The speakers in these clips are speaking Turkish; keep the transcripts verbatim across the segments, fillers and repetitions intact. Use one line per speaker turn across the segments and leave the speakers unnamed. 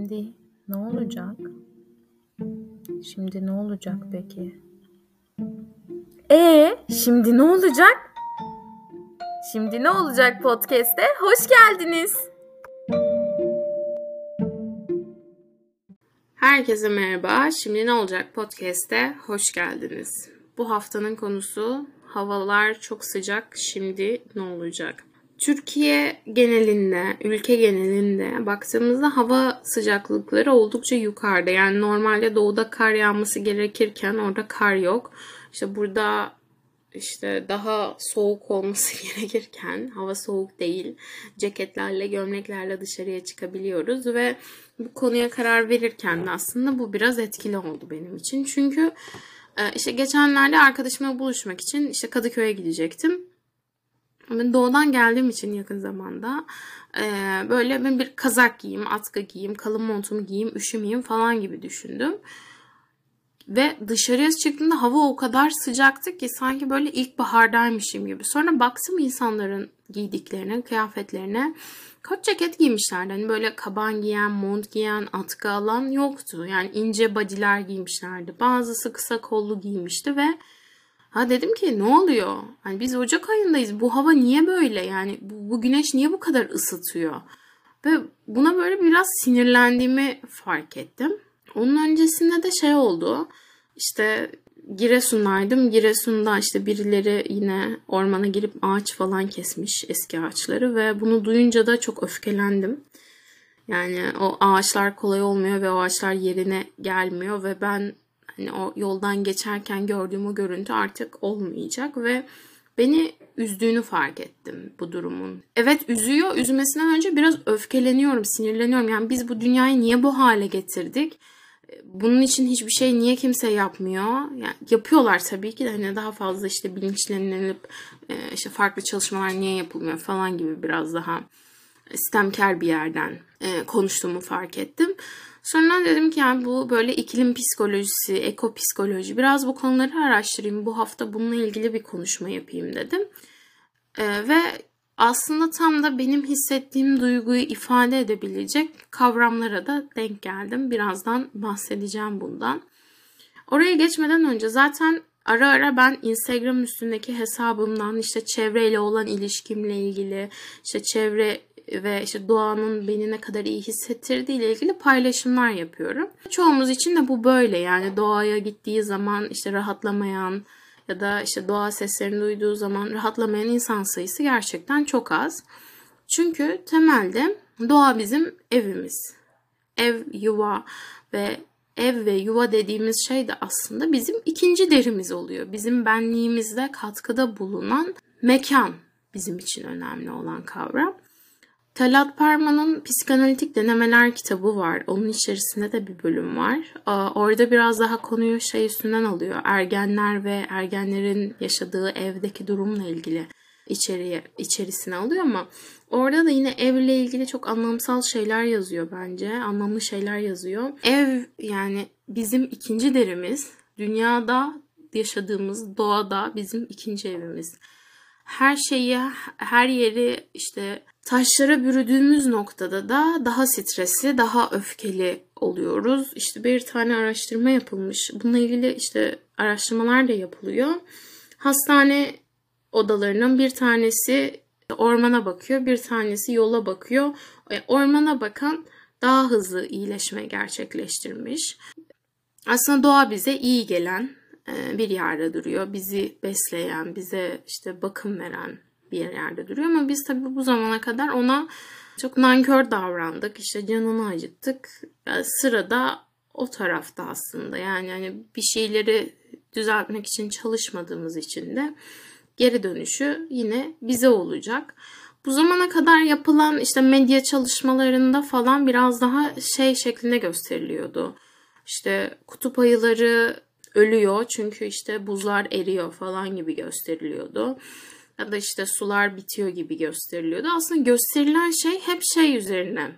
Şimdi ne olacak? Şimdi ne olacak peki? Ee, şimdi ne olacak? Şimdi ne olacak podcast'e? Hoş geldiniz.
Herkese merhaba. Şimdi ne olacak podcast'e hoş geldiniz. Bu haftanın konusu havalar çok sıcak. Şimdi ne olacak? Türkiye genelinde, ülke genelinde baktığımızda hava sıcaklıkları oldukça yukarıda. Yani normalde doğuda kar yağması gerekirken orada kar yok. İşte burada işte daha soğuk olması gerekirken hava soğuk değil. Ceketlerle, gömleklerle dışarıya çıkabiliyoruz ve bu konuya karar verirken de aslında bu biraz etkili oldu benim için. Çünkü işte geçenlerde arkadaşımla buluşmak için işte Kadıköy'e gidecektim. Ben doğudan geldiğim için yakın zamanda böyle ben bir kazak giyeyim, atkı giyeyim, kalın montumu giyeyim, üşümeyeyim falan gibi düşündüm. Ve dışarıya çıktığımda hava o kadar sıcaktı ki sanki böyle ilkbahardaymışım gibi. Sonra baktım insanların giydiklerine, kıyafetlerine. Kot ceket giymişlerdi. Hani böyle kaban giyen, mont giyen, atkı alan yoktu. Yani ince body'ler giymişlerdi. Bazısı kısa kollu giymişti ve ha dedim ki ne oluyor? Hani biz Ocak ayındayız. Bu hava niye böyle? Yani bu, bu güneş niye bu kadar ısıtıyor? Ve buna böyle biraz sinirlendiğimi fark ettim. Onun öncesinde de şey oldu. İşte Giresun'daydım. Giresun'da işte birileri yine ormana girip ağaç falan kesmiş, eski ağaçları ve bunu duyunca da çok öfkelendim. Yani o ağaçlar kolay olmuyor ve o ağaçlar yerine gelmiyor ve ben hani o yoldan geçerken gördüğüm o görüntü artık olmayacak ve beni üzdüğünü fark ettim bu durumun. Evet üzüyor. Üzmesinden önce biraz öfkeleniyorum, sinirleniyorum. Yani biz bu dünyayı niye bu hale getirdik? Bunun için hiçbir şey niye kimse yapmıyor? Yani yapıyorlar tabii ki de hani daha fazla işte bilinçlenilip işte farklı çalışmalar niye yapılmıyor falan gibi biraz daha sistemkar bir yerden konuştuğumu fark ettim. Sonra dedim ki yani bu böyle iklim psikolojisi, ekopsikoloji biraz bu konuları araştırayım. Bu hafta bununla ilgili bir konuşma yapayım dedim. Ve aslında tam da benim hissettiğim duyguyu ifade edebilecek kavramlara da denk geldim. Birazdan bahsedeceğim bundan. Oraya geçmeden önce zaten ara ara ben Instagram üstündeki hesabımdan işte çevreyle olan ilişkimle ilgili, işte çevre ve işte doğanın beni ne kadar iyi hissettirdiği ile ilgili paylaşımlar yapıyorum. Çoğumuz için de bu böyle, yani doğaya gittiği zaman işte rahatlamayan ya da işte doğa seslerini duyduğu zaman rahatlamayan insan sayısı gerçekten çok az. Çünkü temelde doğa bizim evimiz. Ev, yuva ve ev ve yuva dediğimiz şey de aslında bizim ikinci derimiz oluyor. Bizim benliğimizde katkıda bulunan mekan bizim için önemli olan kavram. Talat Parman'ın Psikanalitik Denemeler kitabı var. Onun içerisinde de bir bölüm var. Orada biraz daha konuyu şey üstünden alıyor. Ergenler ve ergenlerin yaşadığı evdeki durumla ilgili içeriye, içerisine alıyor ama orada da yine evle ilgili çok anlamsal şeyler yazıyor bence. Anlamlı şeyler yazıyor. Ev yani bizim ikinci derimiz. Dünyada yaşadığımız doğada bizim ikinci evimiz. Her şeyi, her yeri işte taşlara bürüdüğümüz noktada da daha stresli, daha öfkeli oluyoruz. İşte bir tane araştırma yapılmış. Bununla ilgili işte araştırmalar da yapılıyor. Hastane odalarının bir tanesi ormana bakıyor, bir tanesi yola bakıyor. Ormana bakan daha hızlı iyileşme gerçekleştirmiş. Aslında doğa bize iyi gelen bir yerde duruyor. Bizi besleyen, bize işte bakım veren bir yerde duruyor. Ama biz tabii bu zamana kadar ona çok nankör davrandık. İşte canını acıttık. Yani sırada o tarafta aslında. Yani hani bir şeyleri düzeltmek için çalışmadığımız için de geri dönüşü yine bize olacak. Bu zamana kadar yapılan işte medya çalışmalarında falan biraz daha şey şeklinde gösteriliyordu. İşte kutup ayıları ölüyor çünkü işte buzlar eriyor falan gibi gösteriliyordu. Ya da işte sular bitiyor gibi gösteriliyordu. Aslında gösterilen şey hep şey üzerine.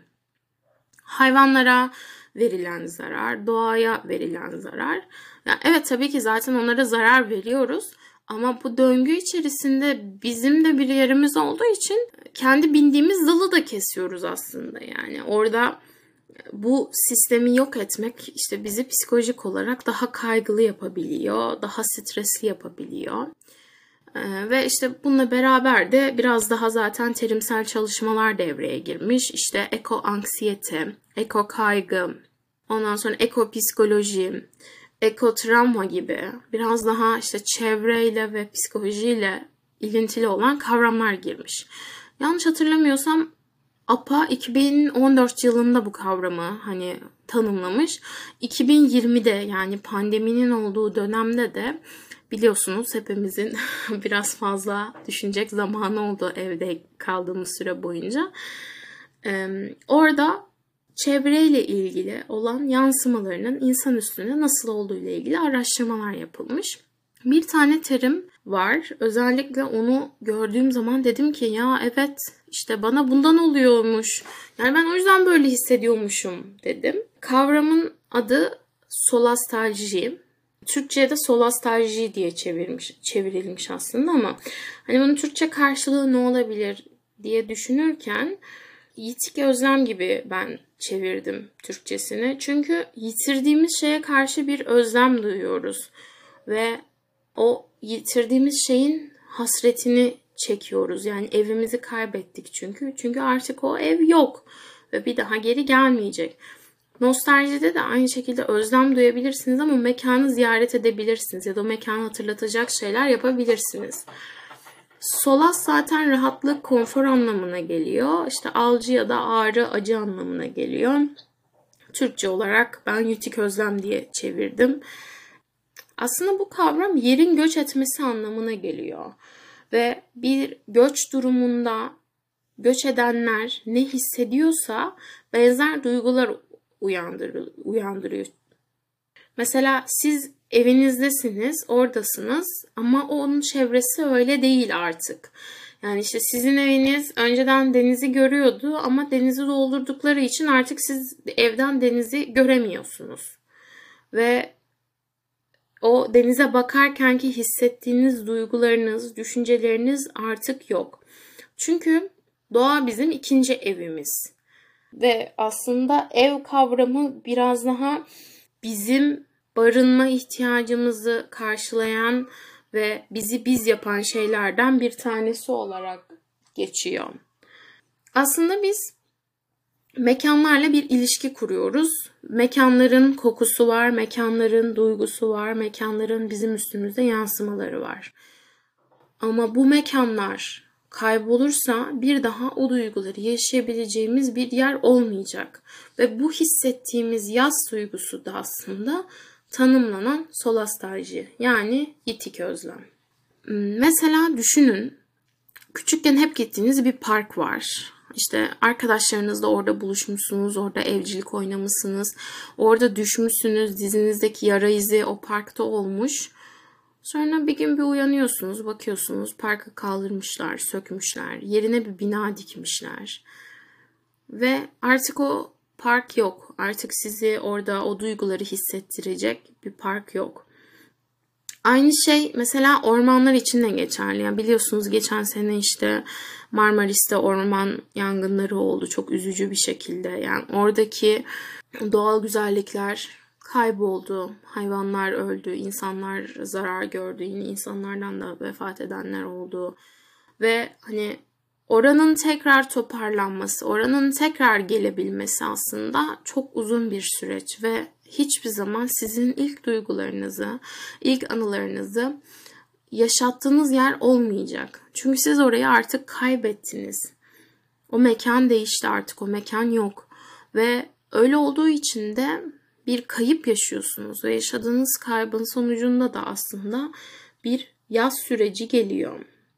Hayvanlara verilen zarar, doğaya verilen zarar. Yani evet tabii ki zaten onlara zarar veriyoruz. Ama bu döngü içerisinde bizim de bir yerimiz olduğu için kendi bindiğimiz dalı da kesiyoruz aslında. Yani orada bu sistemi yok etmek işte bizi psikolojik olarak daha kaygılı yapabiliyor, daha stresli yapabiliyor. Ee, ve işte bununla beraber de biraz daha zaten terimsel çalışmalar devreye girmiş. İşte eko-anksiyete, eko-kaygı, ondan sonra eko-psikoloji, eko-travma gibi biraz daha işte çevreyle ve psikolojiyle ilintili olan kavramlar girmiş. Yanlış hatırlamıyorsam A P A iki bin on dört yılında bu kavramı hani tanımlamış. iki bin yirmide yani pandeminin olduğu dönemde de biliyorsunuz hepimizin biraz fazla düşünecek zamanı oldu evde kaldığımız süre boyunca. Ee, orada çevreyle ilgili olan yansımalarının insan üstüne nasıl olduğu ile ilgili araştırmalar yapılmış. Bir tane terim var. Özellikle onu gördüğüm zaman dedim ki ya evet işte bana bundan oluyormuş. Yani ben o yüzden böyle hissediyormuşum dedim. Kavramın adı solastalji. Türkçe'de solastalji diye çevirmiş, çevrilmiş aslında ama hani bunun Türkçe karşılığı ne olabilir diye düşünürken yitik özlem gibi ben çevirdim Türkçesini. Çünkü yitirdiğimiz şeye karşı bir özlem duyuyoruz ve o yitirdiğimiz şeyin hasretini çekiyoruz. Yani evimizi kaybettik çünkü. Çünkü artık o ev yok ve bir daha geri gelmeyecek. Nostaljide de aynı şekilde özlem duyabilirsiniz ama mekanı ziyaret edebilirsiniz ya da o mekanı hatırlatacak şeyler yapabilirsiniz. Solas zaten rahatlık, konfor anlamına geliyor. İşte alcı ya da ağrı, acı anlamına geliyor. Türkçe olarak ben yitik özlem diye çevirdim. Aslında bu kavram yerin göç etmesi anlamına geliyor. Ve bir göç durumunda göç edenler ne hissediyorsa benzer duygular uyandırıyor. Mesela siz evinizdesiniz, oradasınız ama onun çevresi öyle değil artık. Yani işte sizin eviniz önceden denizi görüyordu ama denizi doldurdukları için artık siz evden denizi göremiyorsunuz. Ve o denize bakarkenki hissettiğiniz duygularınız, düşünceleriniz artık yok. Çünkü doğa bizim ikinci evimiz. Ve aslında ev kavramı biraz daha bizim barınma ihtiyacımızı karşılayan ve bizi biz yapan şeylerden bir tanesi olarak geçiyor. Aslında biz mekanlarla bir ilişki kuruyoruz. Mekanların kokusu var, mekanların duygusu var, mekanların bizim üstümüzde yansımaları var. Ama bu mekanlar kaybolursa bir daha o duyguları yaşayabileceğimiz bir yer olmayacak. Ve bu hissettiğimiz yas duygusu da aslında tanımlanan solastalji yani yitik özlem. Mesela düşünün, küçükken hep gittiğiniz bir park var. İşte arkadaşlarınızla orada buluşmuşsunuz, orada evcilik oynamışsınız, orada düşmüşsünüz, dizinizdeki yara izi o parkta olmuş. Sonra bir gün bir uyanıyorsunuz, bakıyorsunuz parkı kaldırmışlar, sökmüşler, yerine bir bina dikmişler. Ve artık o park yok, artık sizi orada o duyguları hissettirecek bir park yok. Aynı şey mesela ormanlar için de geçerli. Yani biliyorsunuz geçen sene işte Marmaris'te orman yangınları oldu çok üzücü bir şekilde. Yani oradaki doğal güzellikler kayboldu. Hayvanlar öldü, insanlar zarar gördü. Yine insanlardan da vefat edenler oldu. Ve hani oranın tekrar toparlanması, oranın tekrar gelebilmesi aslında çok uzun bir süreç ve hiçbir zaman sizin ilk duygularınızı, ilk anılarınızı yaşattığınız yer olmayacak. Çünkü siz orayı artık kaybettiniz. O mekan değişti artık, o mekan yok. Ve öyle olduğu için de bir kayıp yaşıyorsunuz ve yaşadığınız kaybın sonucunda da aslında bir yaz süreci geliyor.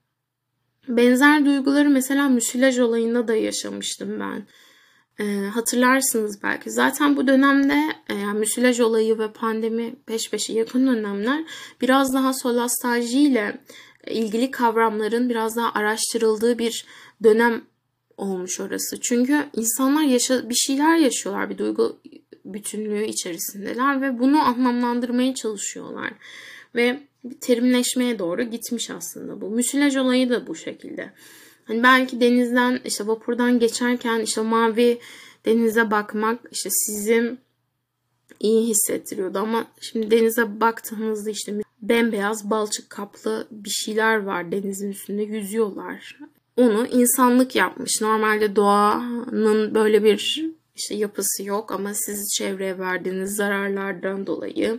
Benzer duyguları mesela müsilaj olayında da yaşamıştım ben. E, hatırlarsınız belki. Zaten bu dönemde e, yani müsilaj olayı ve pandemi peş peşe yakın dönemler biraz daha solastalji ile ilgili kavramların biraz daha araştırıldığı bir dönem olmuş orası. Çünkü insanlar yaşa- bir şeyler yaşıyorlar, bir duygu bütünlüğü içerisindeler ve bunu anlamlandırmaya çalışıyorlar. Ve bir terimleşmeye doğru gitmiş aslında bu. Müsilaj olayı da bu şekilde. Hani belki denizden, işte vapurdan geçerken işte mavi denize bakmak işte sizi iyi hissettiriyordu. Ama şimdi denize baktığınızda işte bembeyaz balçık kaplı bir şeyler var denizin üstünde, yüzüyorlar. Onu insanlık yapmış. Normalde doğanın böyle bir işte yapısı yok ama siz çevreye verdiğiniz zararlardan dolayı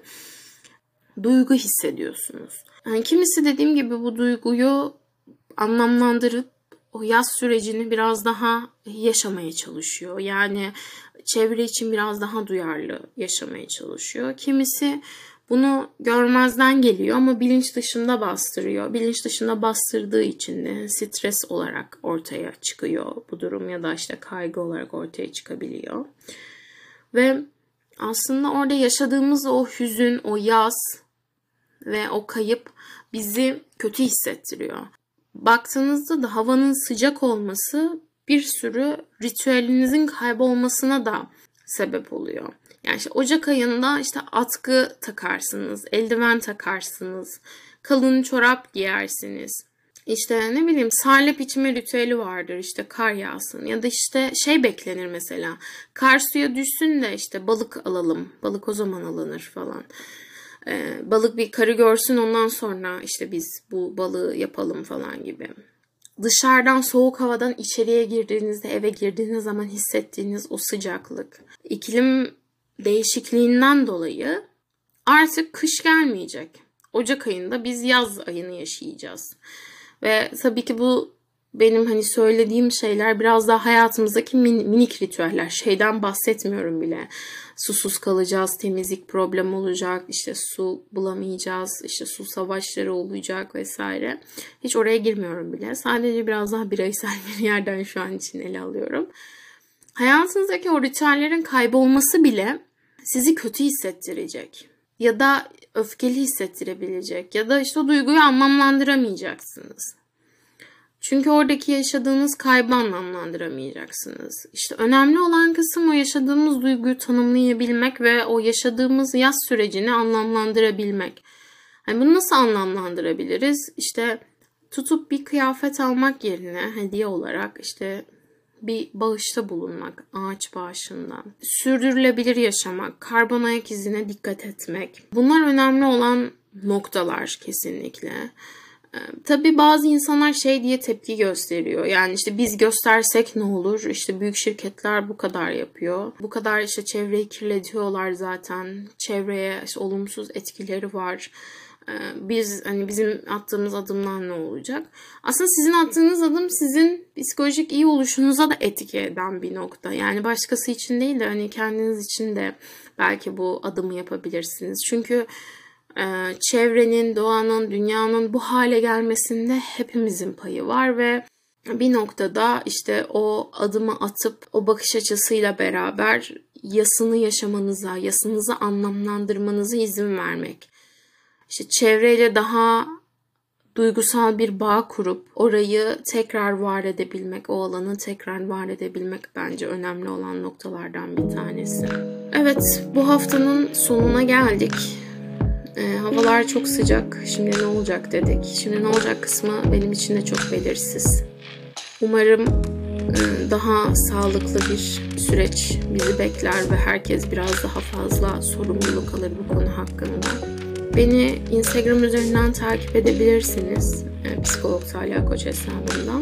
duygu hissediyorsunuz. Yani kimisi dediğim gibi bu duyguyu anlamlandırıp o yaz sürecini biraz daha yaşamaya çalışıyor. Yani çevre için biraz daha duyarlı yaşamaya çalışıyor. Kimisi bunu görmezden geliyor ama bilinç dışında bastırıyor. Bilinç dışında bastırdığı için de stres olarak ortaya çıkıyor bu durum ya da işte kaygı olarak ortaya çıkabiliyor. Ve aslında orada yaşadığımız o hüzün, o yaz ve o kayıp bizi kötü hissettiriyor. Baktığınızda da havanın sıcak olması bir sürü ritüelinizin kaybolmasına da sebep oluyor. Yani işte Ocak ayında işte atkı takarsınız, eldiven takarsınız, kalın çorap giyersiniz. İşte ne bileyim salep içme ritüeli vardır, işte kar yağsın ya da işte şey beklenir mesela, kar suya düşsün de işte balık alalım, balık o zaman alınır falan. Ee, balık bir karı görsün ondan sonra işte biz bu balığı yapalım falan gibi. Dışarıdan soğuk havadan içeriye girdiğinizde, eve girdiğiniz zaman hissettiğiniz o sıcaklık, iklim değişikliğinden dolayı artık kış gelmeyecek. Ocak ayında biz yaz ayını yaşayacağız. Ve tabii ki bu benim hani söylediğim şeyler biraz daha hayatımızdaki min- minik ritüeller. Şeyden bahsetmiyorum bile. Susuz kalacağız, temizlik problem olacak, işte su bulamayacağız, işte su savaşları olacak vesaire. Hiç oraya girmiyorum bile. Sadece biraz daha bireysel bir yerden şu an için ele alıyorum. Hayatınızdaki o ritüellerin kaybolması bile sizi kötü hissettirecek. Ya da öfkeli hissettirebilecek. Ya da işte o duyguyu anlamlandıramayacaksınız. Çünkü oradaki yaşadığınız kaybı anlamlandıramayacaksınız. İşte önemli olan kısım o yaşadığımız duyguyu tanımlayabilmek ve o yaşadığımız yaz sürecini anlamlandırabilmek. Yani bunu nasıl anlamlandırabiliriz? İşte tutup bir kıyafet almak yerine hediye olarak işte bir bağışta bulunmak, ağaç bağışından. Sürdürülebilir yaşamak, karbon ayak izine dikkat etmek. Bunlar önemli olan noktalar kesinlikle. Tabii bazı insanlar şey diye tepki gösteriyor. Yani işte biz göstersek ne olur? İşte büyük şirketler bu kadar yapıyor. Bu kadar işte çevreyi kirletiyorlar zaten. Çevreye işte olumsuz etkileri var. Biz hani bizim attığımız adımlar ne olacak? Aslında sizin attığınız adım sizin psikolojik iyi oluşunuza da etki eden bir nokta. Yani başkası için değil de hani kendiniz için de belki bu adımı yapabilirsiniz. Çünkü çevrenin, doğanın, dünyanın bu hale gelmesinde hepimizin payı var ve bir noktada işte o adımı atıp o bakış açısıyla beraber yasını yaşamanıza, yasınızı anlamlandırmanıza izin vermek. İşte çevreyle daha duygusal bir bağ kurup orayı tekrar var edebilmek, o alanı tekrar var edebilmek bence önemli olan noktalardan bir tanesi. Evet, bu haftanın sonuna geldik. E, havalar çok sıcak. Şimdi ne olacak dedik. Şimdi ne olacak kısmı benim için de çok belirsiz. Umarım e, daha sağlıklı bir süreç bizi bekler ve herkes biraz daha fazla sorumluluk alır bu konu hakkında. Beni Instagram üzerinden takip edebilirsiniz. E, Psikolog Talha Koç hesabından.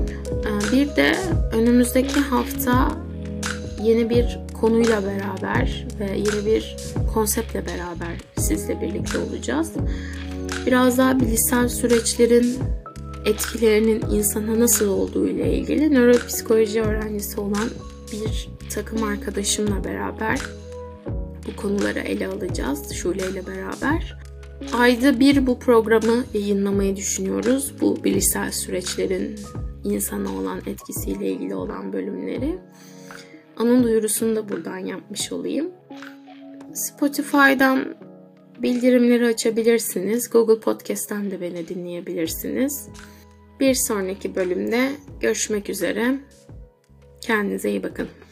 E, bir de önümüzdeki hafta yeni bir konuyla beraber ve yeni bir konseptle beraber sizle birlikte olacağız. Biraz daha bilişsel süreçlerin etkilerinin insana nasıl olduğu ile ilgili nöropsikoloji öğrencisi olan bir takım arkadaşımla beraber bu konuları ele alacağız. Şule ile beraber. Ayda bir bu programı yayınlamayı düşünüyoruz. Bu bilişsel süreçlerin insana olan etkisiyle ilgili olan bölümleri. Onun duyurusunu da buradan yapmış olayım. Spotify'dan bildirimleri açabilirsiniz. Google Podcast'ten de beni dinleyebilirsiniz. Bir sonraki bölümde görüşmek üzere. Kendinize iyi bakın.